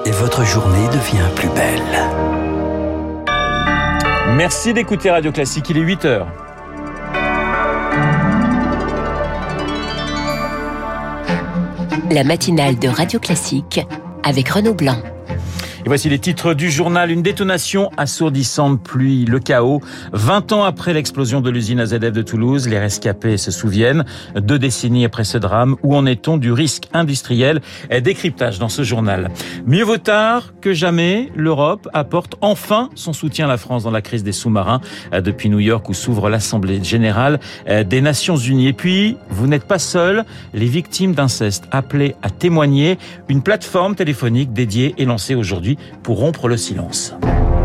et votre journée devient plus belle. Merci d'écouter Radio Classique, il est 8h. La matinale de Radio Classique avec Renaud Blanc. Et voici les titres du journal. Une détonation assourdissante, pluie, le chaos. 20 ans après l'explosion de l'usine AZF de Toulouse, les rescapés se souviennent. 2 décennies après ce drame, où en est-on du risque industriel? Décryptage dans ce journal. Mieux vaut tard que jamais, l'Europe apporte enfin son soutien à la France dans la crise des sous-marins. Depuis New York, où s'ouvre l'Assemblée générale des Nations Unies. Et puis, vous n'êtes pas seuls. Les victimes d'inceste appelées à témoigner. Une plateforme téléphonique dédiée est lancée aujourd'hui pour rompre le silence.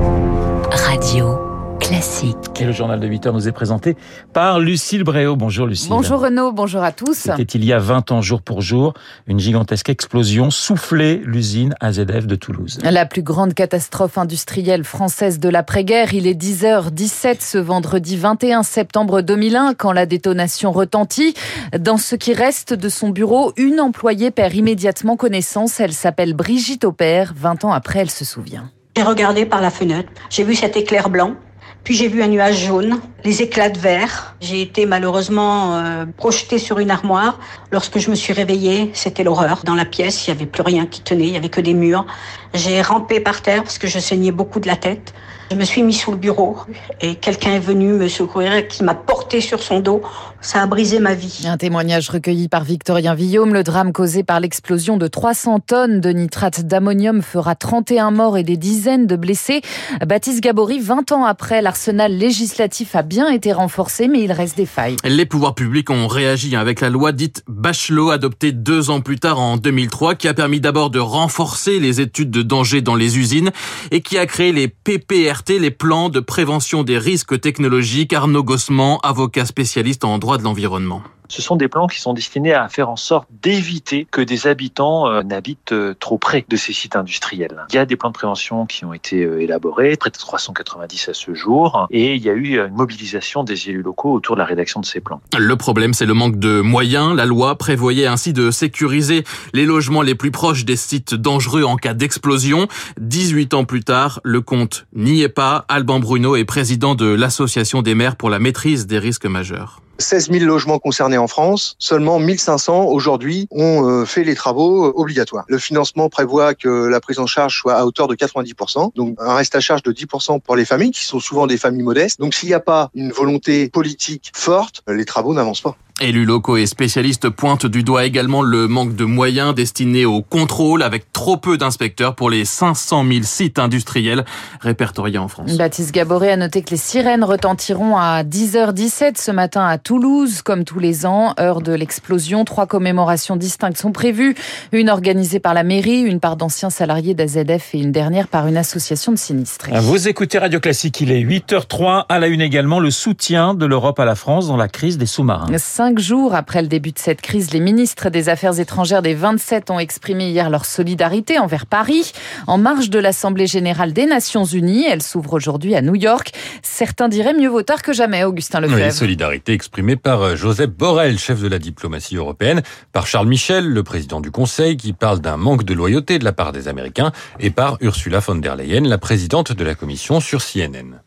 Radio Classique. Et le journal de 8h nous est présenté par Lucille Bréau. Bonjour Lucille. Bonjour Renaud, bonjour à tous. C'était il y a 20 ans, jour pour jour, une gigantesque explosion soufflait l'usine AZF de Toulouse. La plus grande catastrophe industrielle française de l'après-guerre. Il est 10h17 ce vendredi 21 septembre 2001 quand la détonation retentit. Dans ce qui reste de son bureau, une employée perd immédiatement connaissance. Elle s'appelle Brigitte Aupert. 20 ans après, elle se souvient. J'ai regardé par la fenêtre, j'ai vu cet éclair blanc, puis j'ai vu un nuage jaune, les éclats de verre. J'ai été malheureusement projetée sur une armoire. Lorsque je me suis réveillée, c'était l'horreur. Dans la pièce, il n'y avait plus rien qui tenait, il n'y avait que des murs. J'ai rampé par terre parce que je saignais beaucoup de la tête. Je me suis mis sous le bureau et quelqu'un est venu me secourir, qui m'a porté sur son dos. Ça a brisé ma vie. Un témoignage recueilli par Victorien Villaume. Le drame causé par l'explosion de 300 tonnes de nitrate d'ammonium fera 31 morts et des dizaines de blessés. Baptiste Gabory, 20 ans après, l'arsenal législatif a bien été renforcé, mais il reste des failles. Les pouvoirs publics ont réagi avec la loi dite Bachelot, adoptée 2 ans plus tard en 2003, qui a permis d'abord de renforcer les études de danger dans les usines et qui a créé les PPRT, les plans de prévention des risques technologiques. Arnaud Gossman, avocat spécialiste en droit de l'environnement. Ce sont des plans qui sont destinés à faire en sorte d'éviter que des habitants n'habitent trop près de ces sites industriels. Il y a des plans de prévention qui ont été élaborés, près de 390 à ce jour, et il y a eu une mobilisation des élus locaux autour de la rédaction de ces plans. Le problème, c'est le manque de moyens. La loi prévoyait ainsi de sécuriser les logements les plus proches des sites dangereux en cas d'explosion. 18 ans plus tard, le compte n'y est pas. Alban Bruno est président de l'Association des maires pour la maîtrise des risques majeurs. 16 000 logements concernés en France, seulement 1 500 aujourd'hui ont fait les travaux obligatoires. Le financement prévoit que la prise en charge soit à hauteur de 90%, donc un reste à charge de 10% pour les familles, qui sont souvent des familles modestes. Donc s'il n'y a pas une volonté politique forte, les travaux n'avancent pas. Élus locaux et spécialistes pointent du doigt également le manque de moyens destinés au contrôle, avec trop peu d'inspecteurs pour les 500 000 sites industriels répertoriés en France. Baptiste Gabory a noté que les sirènes retentiront à 10h17 ce matin à Toulouse, comme tous les ans, heure de l'explosion. 3 commémorations distinctes sont prévues. Une organisée par la mairie, une par d'anciens salariés d'AZF et une dernière par une association de sinistrés. Vous écoutez Radio Classique, il est 8h03. À la une également, le soutien de l'Europe à la France dans la crise des sous-marins. 5 jours après le début de cette crise, les ministres des Affaires étrangères des 27 ont exprimé hier leur solidarité envers Paris. En marge de l'Assemblée générale des Nations Unies, elle s'ouvre aujourd'hui à New York. Certains diraient mieux vaut tard que jamais, Augustin Lefebvre. Oui, solidarité exprimée par Josep Borrell, chef de la diplomatie européenne, par Charles Michel, le président du Conseil, qui parle d'un manque de loyauté de la part des Américains, et par Ursula von der Leyen, la présidente de la Commission, sur CNN.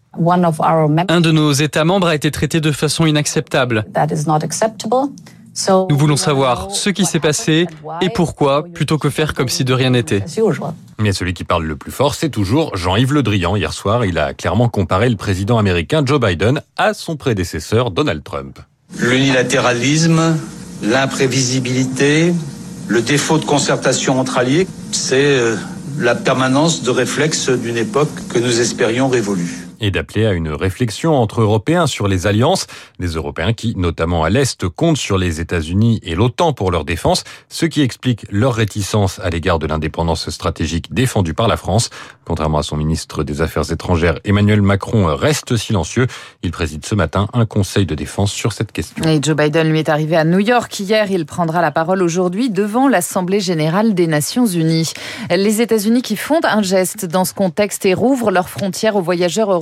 Un de nos États membres a été traité de façon inacceptable. Nous voulons savoir ce qui s'est passé et pourquoi, plutôt que faire comme si de rien n'était. Mais celui qui parle le plus fort, c'est toujours Jean-Yves Le Drian. Hier soir, il a clairement comparé le président américain Joe Biden à son prédécesseur Donald Trump. L'unilatéralisme, l'imprévisibilité, le défaut de concertation entre alliés, c'est la permanence de réflexes d'une époque que nous espérions révolue. Et d'appeler à une réflexion entre Européens sur les alliances, des Européens qui, notamment à l'Est, comptent sur les États-Unis et l'OTAN pour leur défense, ce qui explique leur réticence à l'égard de l'indépendance stratégique défendue par la France. Contrairement à son ministre des Affaires étrangères, Emmanuel Macron reste silencieux. Il préside ce matin un conseil de défense sur cette question. Et Joe Biden lui est arrivé à New York hier. Il prendra la parole aujourd'hui devant l'Assemblée générale des Nations Unies. Les États-Unis qui font un geste dans ce contexte et rouvrent leurs frontières aux voyageurs européens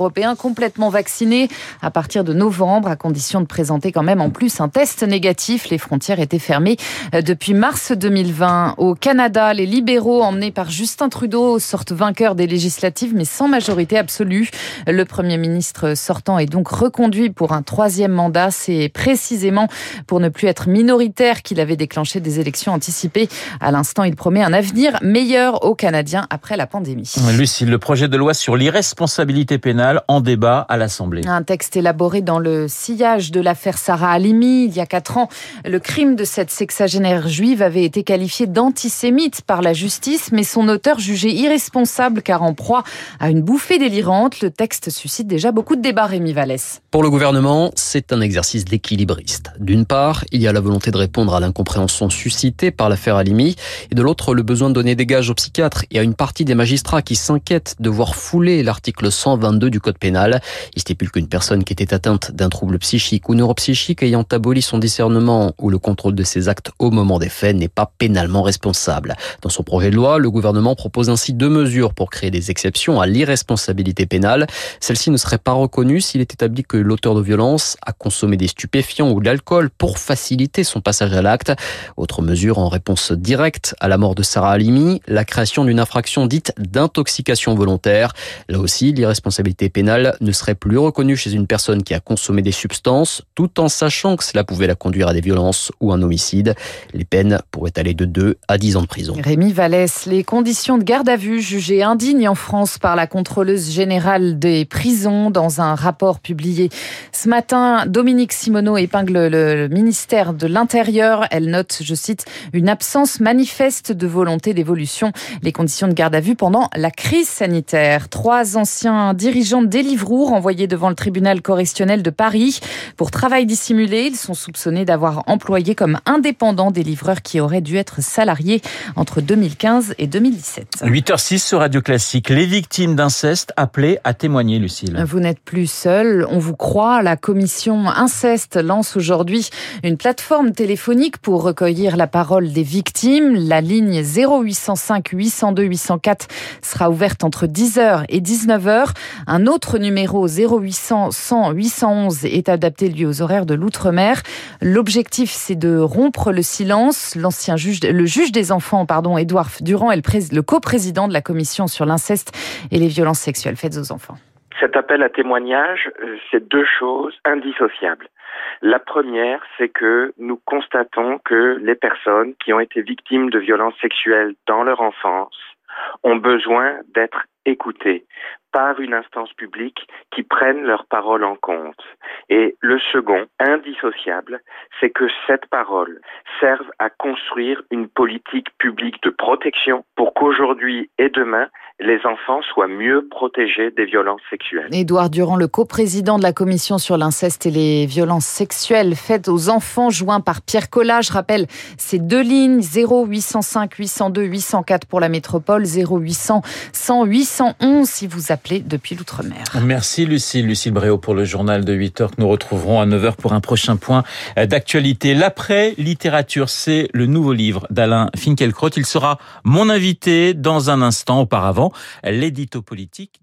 européens complètement vaccinés à partir de novembre, à condition de présenter quand même en plus un test négatif. Les frontières étaient fermées depuis mars 2020. Au Canada, les libéraux emmenés par Justin Trudeau sortent vainqueurs des législatives, mais sans majorité absolue. Le Premier ministre sortant est donc reconduit pour un 3e mandat. C'est précisément pour ne plus être minoritaire qu'il avait déclenché des élections anticipées. À l'instant, il promet un avenir meilleur aux Canadiens après la pandémie. Lucille, le projet de loi sur l'irresponsabilité pénale en débat à l'Assemblée. Un texte élaboré dans le sillage de l'affaire Sarah Halimi. Il y a 4 ans, le crime de cette sexagénaire juive avait été qualifié d'antisémite par la justice, mais son auteur jugé irresponsable car en proie à une bouffée délirante. Le texte suscite déjà beaucoup de débats, Rémi Vallès. Pour le gouvernement, c'est un exercice d'équilibriste. D'une part, il y a la volonté de répondre à l'incompréhension suscitée par l'affaire Halimi, et de l'autre, le besoin de donner des gages aux psychiatres et à une partie des magistrats qui s'inquiètent de voir fouler l'article 122 du Code pénal. Il stipule qu'une personne qui était atteinte d'un trouble psychique ou neuropsychique ayant aboli son discernement ou le contrôle de ses actes au moment des faits n'est pas pénalement responsable. Dans son projet de loi, le gouvernement propose ainsi 2 mesures pour créer des exceptions à l'irresponsabilité pénale. Celle-ci ne serait pas reconnue s'il est établi que l'auteur de violence a consommé des stupéfiants ou de l'alcool pour faciliter son passage à l'acte. Autre mesure en réponse directe à la mort de Sarah Halimi, la création d'une infraction dite d'intoxication volontaire. Là aussi, l'irresponsabilité pénale ne serait plus reconnue chez une personne qui a consommé des substances, tout en sachant que cela pouvait la conduire à des violences ou un homicide. Les peines pourraient aller de 2 à 10 ans de prison. Rémi Vallès, les conditions de garde à vue jugées indignes en France par la contrôleuse générale des prisons dans un rapport publié ce matin. Dominique Simoneau épingle le ministère de l'Intérieur. Elle note, je cite, une absence manifeste de volonté d'évolution. Les conditions de garde à vue pendant la crise sanitaire. 3 anciens dirigeants de Deliveroo renvoyés devant le tribunal correctionnel de Paris pour travail dissimulé. Ils sont soupçonnés d'avoir employé comme indépendants des livreurs qui auraient dû être salariés entre 2015 et 2017. 8h06 sur Radio Classique. Les victimes d'inceste appelées à témoigner, Lucille. Vous n'êtes plus seul, on vous croit. La commission Inceste lance aujourd'hui une plateforme téléphonique pour recueillir la parole des victimes. La ligne 0805 802 804 sera ouverte entre 10h et 19h. Un autre numéro 0800 100 811 est adapté lui aux horaires de l'outre-mer. L'objectif, c'est de rompre le silence. Le juge des enfants, Édouard Durand, est le coprésident de la commission sur l'inceste et les violences sexuelles faites aux enfants. Cet appel à témoignage, c'est 2 choses indissociables. La première, c'est que nous constatons que les personnes qui ont été victimes de violences sexuelles dans leur enfance ont besoin d'être écoutées par une instance publique qui prenne leurs paroles en compte. Et le second, indissociable, c'est que cette parole serve à construire une politique publique de protection pour qu'aujourd'hui et demain, les enfants soient mieux protégés des violences sexuelles. Édouard Durand, le coprésident de la commission sur l'inceste et les violences sexuelles faites aux enfants, joint par Pierre Collat. Je rappelle ces 2 lignes, 0805 802 804 pour la métropole, 0800 100 811 si vous appelez depuis l'outre-mer. Merci Lucille. Lucille Bréau pour le journal de 8h que nous retrouverons à 9h pour un prochain point d'actualité. L'après-littérature, c'est le nouveau livre d'Alain Finkielkraut. Il sera mon invité dans un instant. Auparavant, l'édito politique